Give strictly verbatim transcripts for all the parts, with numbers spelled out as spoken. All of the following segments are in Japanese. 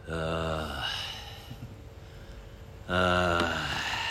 ああ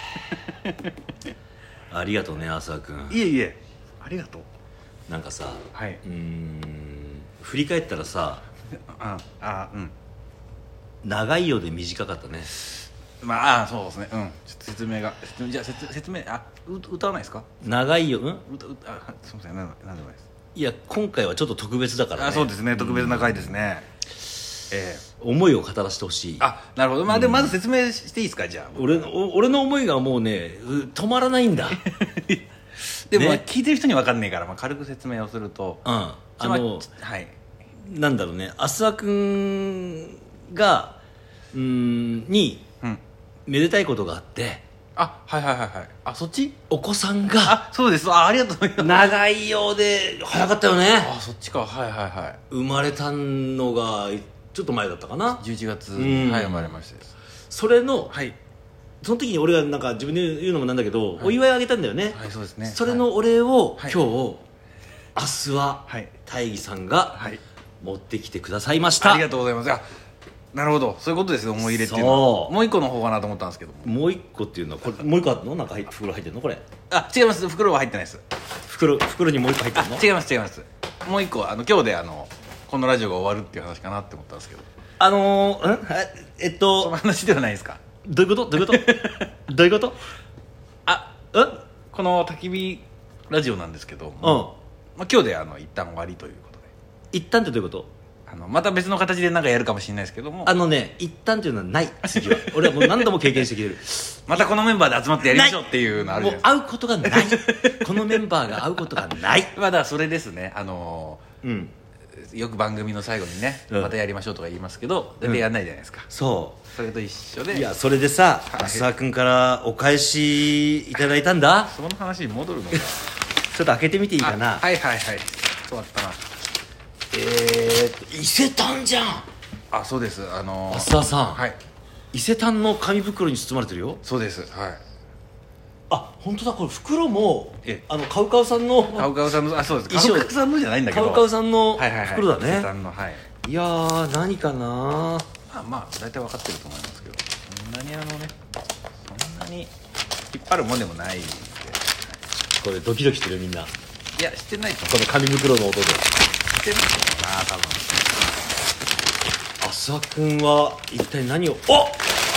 ありがとうね浅くん。 いえいえ、ありがとう。 なんかさ、 はい、 うーん振り返ったらさああうん長いようで短かったね。 まあそうですね。うん、ちょっと説明が説明じゃあ 説, 説明あう歌わないですか。 長いよ、うん歌歌あすみません、なんなんでもないです。 いや今回はちょっと特別だからね。 あそうですね、特別な回ですね。ええ思いを語らせてほしい。 あなるほど。まあでもまず説明していいですか、じゃあ。 俺の俺の思いがもうねう止まらないんだでも、 ねまあ聞いてる人に分かんないから、まあ、軽く説明をすると、 うんあのはいなんだろうね、浅田君がうーんにうんめでたいことがあって、 あはいはいはいはい、あそっちお子さんがあそうです。あありがとうございます。 長いようで早かったよね。 あそっちか。はいはいはい。 生まれたのがちょっと前だったかな。 じゅういちがつうんはい生まれましてです。 それのはいその時に俺がなんか自分で言うのもなんだけど、 はいお祝いあげたんだよね。 はいそうですね。 それのお礼を、 はい今日明日ははい大義さんがはい持ってきてくださいました。 ありがとうございます。あなるほど、そういうことですね、思い入れっていうのは。 そうもう一個の方かなと思ったんですけども。 もう一個っていうのはこれもう一個あるの？なんか入っ袋入ってるのこれ？ あ違います、袋は入ってないです。 袋袋にもう一個入ってるの？ 違います違います。もう一個あの今日であのこのラジオが終わるっていう話かなって思ったんですけど、 あのー、んえっとその話ではないですか。 どういうことどういうことどういうことあうんこの焚き火ラジオなんですけどうんも、まあ、今日であの一旦終わりということで、 一旦ってどういうこと？ あのまた別の形で何かやるかもしれないですけども、 あのね一旦っていうのはない次は俺はもう何度も経験してきてるまたこのメンバーで集まってやりましょうっていうのあるじゃもないうですか。 会うことがないこのメンバーが会うことがないまあだからそれですね。あのうんよく番組の最後にね、 うんまたやりましょうとか言いますけど大体やんないじゃないですか、 そそれと一緒で。 ういやそれでさはい浅田君からお返しいただいたんだ。 その話に戻るのかちょっと開けてみていいかな。 あはいはいはい、そうだったな。 えーっと伊勢丹じゃん。 あそうです。あのー、 浅田さん、 はい伊勢丹の紙袋に包まれてるよ。 そうです。はいあ本当だ、これ袋もええあのカウカウさんのカウカウさんの、あそうです、 衣装カウカウさんのじゃないんだけど、 カウカウさんのはいはいはい、 袋だね。 伊勢丹の、はい、 いやー何かな。 まあまあ大体分かってると思いますけど、そんなにあのねそんなに引っ張るもんでもないんで。 これドキドキしてるみんな。 いやしてないと思う。 この紙袋の音で。 してないと思うな多分。 浅田君は一体何を。お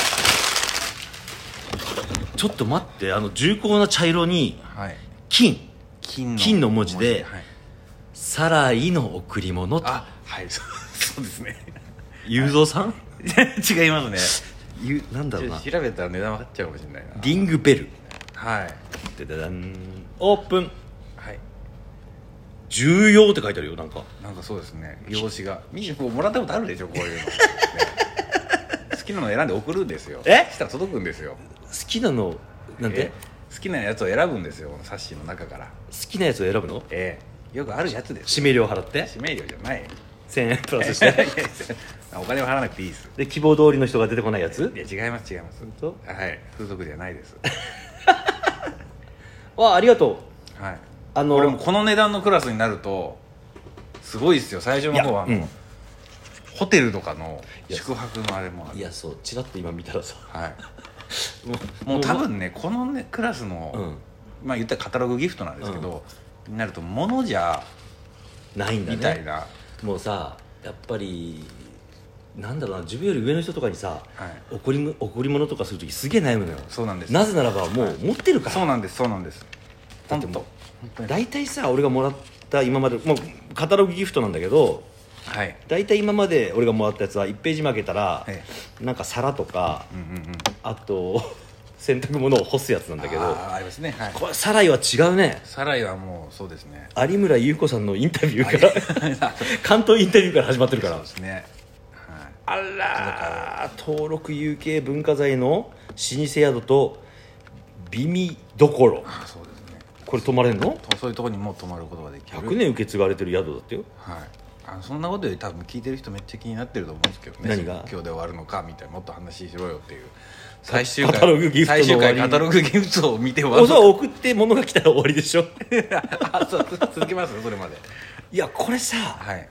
ちょっと待って、あの重厚な茶色にはい金金の金の文字ではい、 サライの贈り物と。 あはいそうそうですね雄三さん違いますね。 ゆなんだろうな。 調べたら値段分かっちゃうかもしれないな。 リングベルはいでだだんオープン。 はい重要って書いてあるよ。なんかなんかそうですね、用紙がみんなもらったことあるでしょこういうの、ね、好きなの選んで送るんですよ。 えしたら届くんですよ。 好きなのなんてえ好きなやつを選ぶんですよ、この冊子の中から。 好きなやつを選ぶの。 ええよくあるやつです。 指名料払って指名料じゃないせんえんプラスしいやいてやお金は払わなくていいです。 で希望通りの人が出てこないやつ。 いや違います違います。 本はい風俗じゃないですわあありがとう。 はいあの俺もこの値段のクラスになるとすごいですよ。最初の方はあの、 いやうんホテルとかの宿泊のあれもある。 いやそうチラッと今見たらさはいももう多分ねこの、ね、クラスの、 うんまあ言ったらカタログギフトなんですけど、になると物じゃないんだねみたいな、 もうさやっぱりなんだろうな、自分より上の人とかにさ、 はい、 贈りむ贈り物とかするときすげえ悩むのよ。 そうなんです。 なぜならばもう持ってるから、 そうなんですそうなんです。 だってもう本当に大体さ俺がもらった今までもうカタログギフトなんだけど、 はい大体今まで俺がもらったやつはいちページ目開けたら、 えなんか皿とか、 うんうんうん、 あと洗濯物を干すやつなんだけど、 あありますね、はい、 これサライは違うね。 サライはもうそうですね、 有村優子さんのインタビューから関東インタビューから始まってるから。 そうですね、 あらー、登録有形文化財の老舗宿と美味どころ、 あそうですね、 これ泊まれんの？ とそういうところにも泊まることができる。 ひゃくねん受け継がれてる宿だってよ。 はい、あのそんなことより多分聞いてる人めっちゃ気になってると思うんですけどね。 何が今日で終わるのかみたいな、もっと話しろよっていう最終回カタログギフトの最終終わり回カタログギフトを見て終わるおそらく送って物が来たら終わりでしょあそう続けますそれまで。 いやこれさ、 はい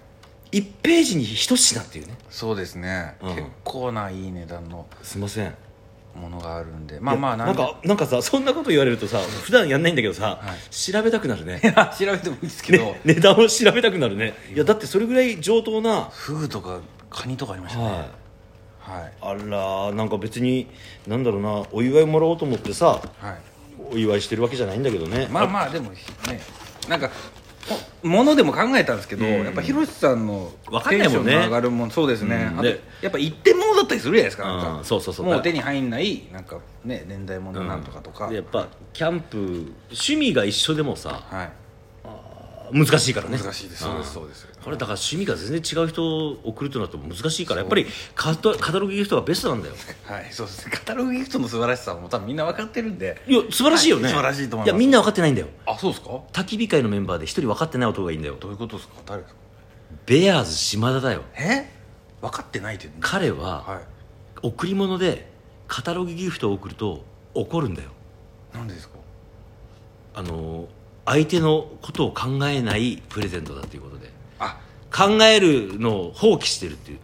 いちページにいち品っていうね。 そうですね、 うん、 結構ないい値段のすいませんものがあるんで、まあまあなんかなんかさ、そんなこと言われるとさ、普段やんないんだけどさ、はい、調べたくなるね。 調べてもいいですけど、 ね、値段を調べたくなるね。いやだってそれぐらい上等なフグとかカニとかありましたね。はい、 はい、あら、なんか別になんだろうな、お祝いもらおうと思ってさ、はい、お祝いしてるわけじゃないんだけどね。 まあまあでもね、なんかものでも考えたんですけど、うん、やっぱひろしさんのテンションが上がるもん、そうですね、うん、あとやっぱ一点物だったりするじゃないですか、なんか、そうそうそう、もう手に入んないなんかね、年代物なんとかとか、 うん、やっぱキャンプ趣味が一緒でもさ、はい、難しいからね。 難しいです。そうですそうです。 これだから趣味が全然違う人を送るとなると難しいから、やっぱりカタカタログギフトがベストなんだよ。 はい、そうですね。カタログギフトの素晴らしさはもう多分みんな分かってるんで。 いや素晴らしいよね、 はい、素晴らしいと思います。 いやみんな分かってないんだよ。 あ、そうですか。 焚き火会のメンバーで一人分かってない男がいいんだよ。 どういうことですか。誰ですか。 ベアーズ島田だよ。 え、分かってないって言うの。 彼は、はい、贈り物でカタログギフトを送ると怒るんだよ。 なんでですか。 あの相手のことを考えないプレゼントだということで、 あ、 考えるのを放棄してるって言って、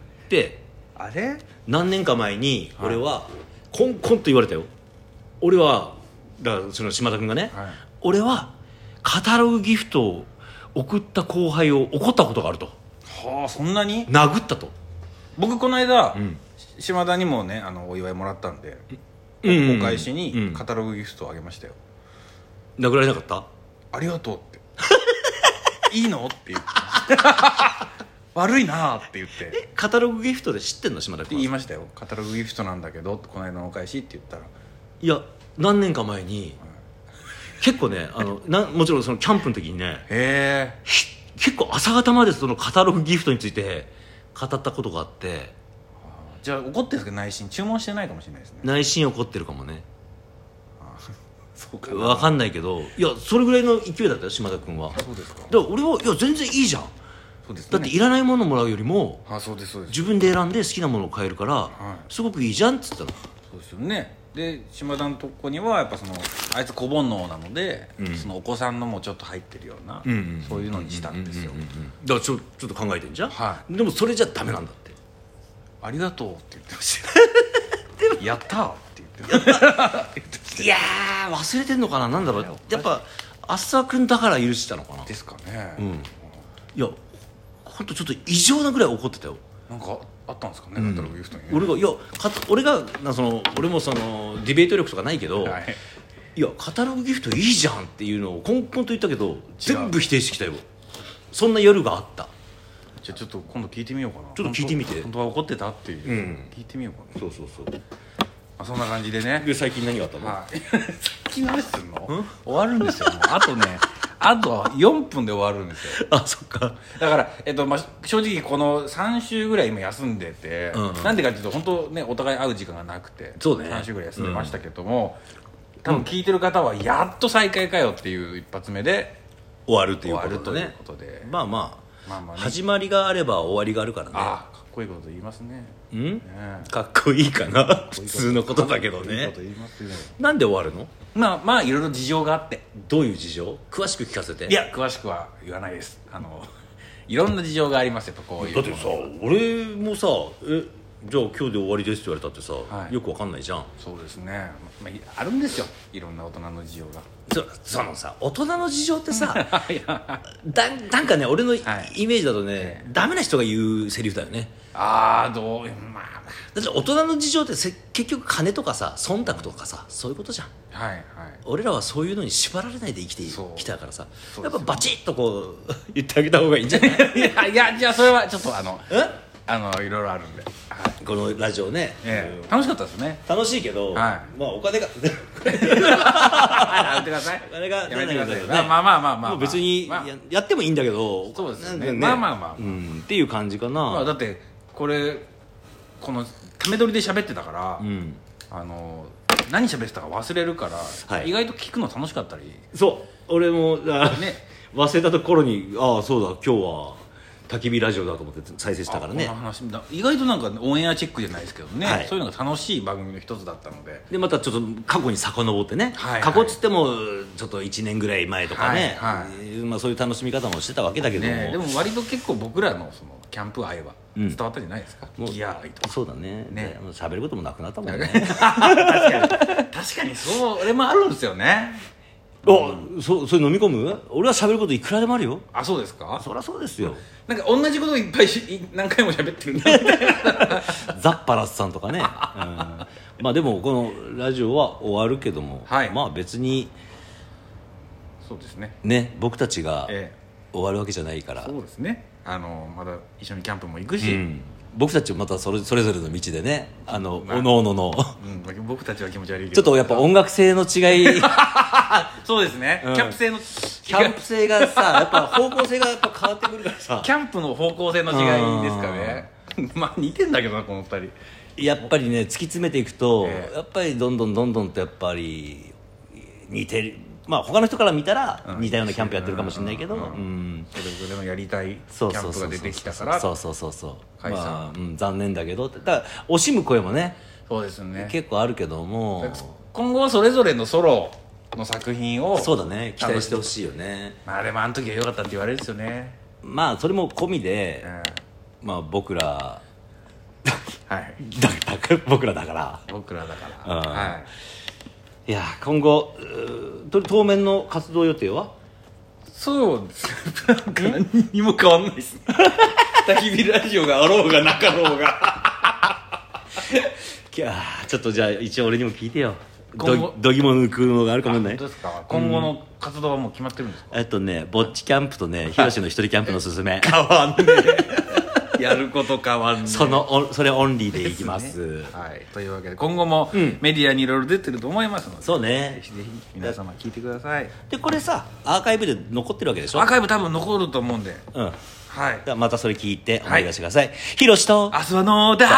あれ何年か前に俺はコンコンと言われたよ。俺はだからその島田君がね、はい、俺はカタログギフトを送った後輩を怒ったことがあると。 はあ、そんなに殴ったと。 僕この間、うん、島田にもね、あのお祝いもらったんで、うんうんうん、お返しにカタログギフトをあげましたよ。 殴られなかった。 ありがとうっていいのって言って悪いなって言って。 え、カタログギフトで知ってんの島田君。 言いましたよ。カタログギフトなんだけどこの間のお返しって言ったら、 いや何年か前に、はい、結構ね、あのなもちろんそのキャンプの時にね、へえ、結構朝方までそのカタログギフトについて語ったことがあって。 じゃあ怒ってるんですか。内心注文してないかもしれないですね。 内心怒ってるかもね。 そうか分かんないけど、いやそれぐらいの勢いだったよ島田君は。 そうですか。 だから俺はいや全然いいじゃん。そうですね、だっていらないものもらうよりも、 あ、そうですそうです、 自分で選んで好きなものを買えるから、はい、すごくいいじゃんっつったの。 そうですよね。で島田のとこにはやっぱそのあいつ小煩悩なので、うん、そのお子さんのもちょっと入ってるような、うんうん、そういうのにしたんですよ。 だからちょ、ちょっと考えてんじゃん、はい、でもそれじゃダメなんだって。 ありがとうって言ってましたやったーって言ってましたいやー忘れてんのかな。なんだろう、やっぱ浅田君だから許したのかな。 ですかね、うん、 いやほんとちょっと異常なぐらい怒ってたよ。 なんかあったんですかね、うん、カタログギフトに、ね、 俺がいやか俺がなその俺もそのディベート力とかないけど、はい、いやカタログギフトいいじゃんっていうのをコンコンと言ったけど全部否定してきたよ。そんな夜があった。 じゃあちょっと今度聞いてみようかな。 ちょっと聞いてみて。 本当は怒ってたっていう、うん、聞いてみようかな。 そうそうそう。 あ、そんな感じでね。 で最近何があったの？ はい、最近何すんの？終わるんですよ。もうあとねあとよんぷんで終わるんですよ。 あ、そっか。 だから、えっとまあ、正直このさん週ぐらい今休んでて、うんうん、なんでかっていうと本当ねお互い会う時間がなくて、 そうね、 さん週ぐらい休んでましたけども、うん、多分聞いてる方はやっと再開かよっていう一発目で終わるっていうことで、ね、 終わるということで、 まあまあまあまあね、 始まりがあれば終わりがあるからね。 ああ、かっこいいこと言いますね。 うん、ね、かっこいいかな普通のことだけどね。 いいいますよ。 なんで終わるの？ まあまあいろいろ事情があって。 どういう事情？詳しく聞かせて。 いや詳しくは言わないです。あのいろんな事情がありますよ。こういうだってさ、俺もさ、えじゃあ今日で終わりですって言われたってさ、はい、よくわかんないじゃん。 そうですね、まあ、あるんですよ、いろんな大人の事情が。 そ, そのさ大人の事情ってさだなんかね俺のイメージだとね、はい、ダメな人が言うセリフだよね。 ああ、どう、まあだって大人の事情ってせ結局金とかさ忖度とかさそういうことじゃん。 はいはい、 俺らはそういうのに縛られないで生きてきたからさ、やっぱバチッとこう言ってあげた方がいいんじゃない？ いやいや、じゃあそれはちょっとあのえあのいろいろあるんで、はい、 このラジオね、 ええ、楽しかったですね。 楽しいけど、はい、まあお金がやめてください。 お金がやめてください、ね、 まあまあまあまあまあ、 別に や,、まあ、やってもいいんだけど、 そうですね、まあまあまあ、 うん、っていう感じかな。 まあ、だってこれこのため撮りで喋ってたから、うん、あの何喋ってたか忘れるから、はい、意外と聞くの楽しかったり。 そう俺もね忘れたところに、ああそうだ今日は焚き火ラジオだと思って再生したからね。 この話意外となんかオンエアチェックじゃないですけどね、はい、そういうのが楽しい番組の一つだったので、 でまたちょっと過去に遡ってね、はいはい、過去っつってもちょっといちねんぐらい前とかね、はいはい、まあ、そういう楽しみ方もしてたわけだけども、ね、 でも割と結構僕らのそのキャンプ愛は伝わったじゃないですか、うん、ギア愛とか。 そうだね、ね、喋ることもなくなったもんね確かに確かにそれもあるんですよね。 お、うん、そ, それ飲み込む？俺は喋ることいくらでもあるよ。 あ、そうですか？ そりゃそうですよ。 なんか同じことをいっぱいし何回も喋ってるんだみたいなザッパラスさんとかね、うん、まあでもこのラジオは終わるけども、はい、まあ別にそうですね、 ね、僕たちが終わるわけじゃないから、 そうですね、あのまだ一緒にキャンプも行くし、うん、 僕たちまたそれ、それぞれの道でね、あの、まあ、おのおのの、 うん、僕たちは気持ち悪いけどちょっとやっぱ音楽性の違いそうですね、うん、キャンプ性のキャンプ性がさ、やっぱ方向性がやっぱ変わってくるからさキャンプの方向性の違いですかねまあ似てんだけどなこのふたり。 やっぱりね突き詰めていくと、えー、やっぱりどんどんどんどんとやっぱり似てる。まあ他の人から見たら似たようなキャンプやってるかもしれないけど、うん、 それぞれのやりたいキャンプが出てきたからそうそうそうそう解散、まあ、うん、残念だけどって。だから惜しむ声もね、 そうですね、 結構あるけども、 今後はそれぞれのソロの作品をそうだね期待してほしいよね。 まあでもあの時は良かったって言われるんですよね。 まあそれも込みで、うん、まあ僕らはいだだ僕らだから僕らだから、うん、はいいや今後当面の活動予定は？ そうですなんか何にも変わんないですね焚き火ラジオがあろうがなかろうがいやちょっとじゃあ一応俺にも聞いてよ。どどぎも抜くのがあるかもしれない。 本当ですか？今後の活動はもう決まってるんですか？ えっとねぼっちキャンプとねヒロシの一人キャンプのすすめ変わんねえやること変わんねえそのそれオンリーでいきます、 ね、はい、というわけで今後もメディアにいろいろ出てると思いますので、 うん、そうね、 ぜひぜひ皆様聞いてください。 でこれさアーカイブで残ってるわけでしょ？ アーカイブ多分残ると思うんで、 うん、 はい、 またそれ聞いて思い出してください。ヒロシと明日はのだ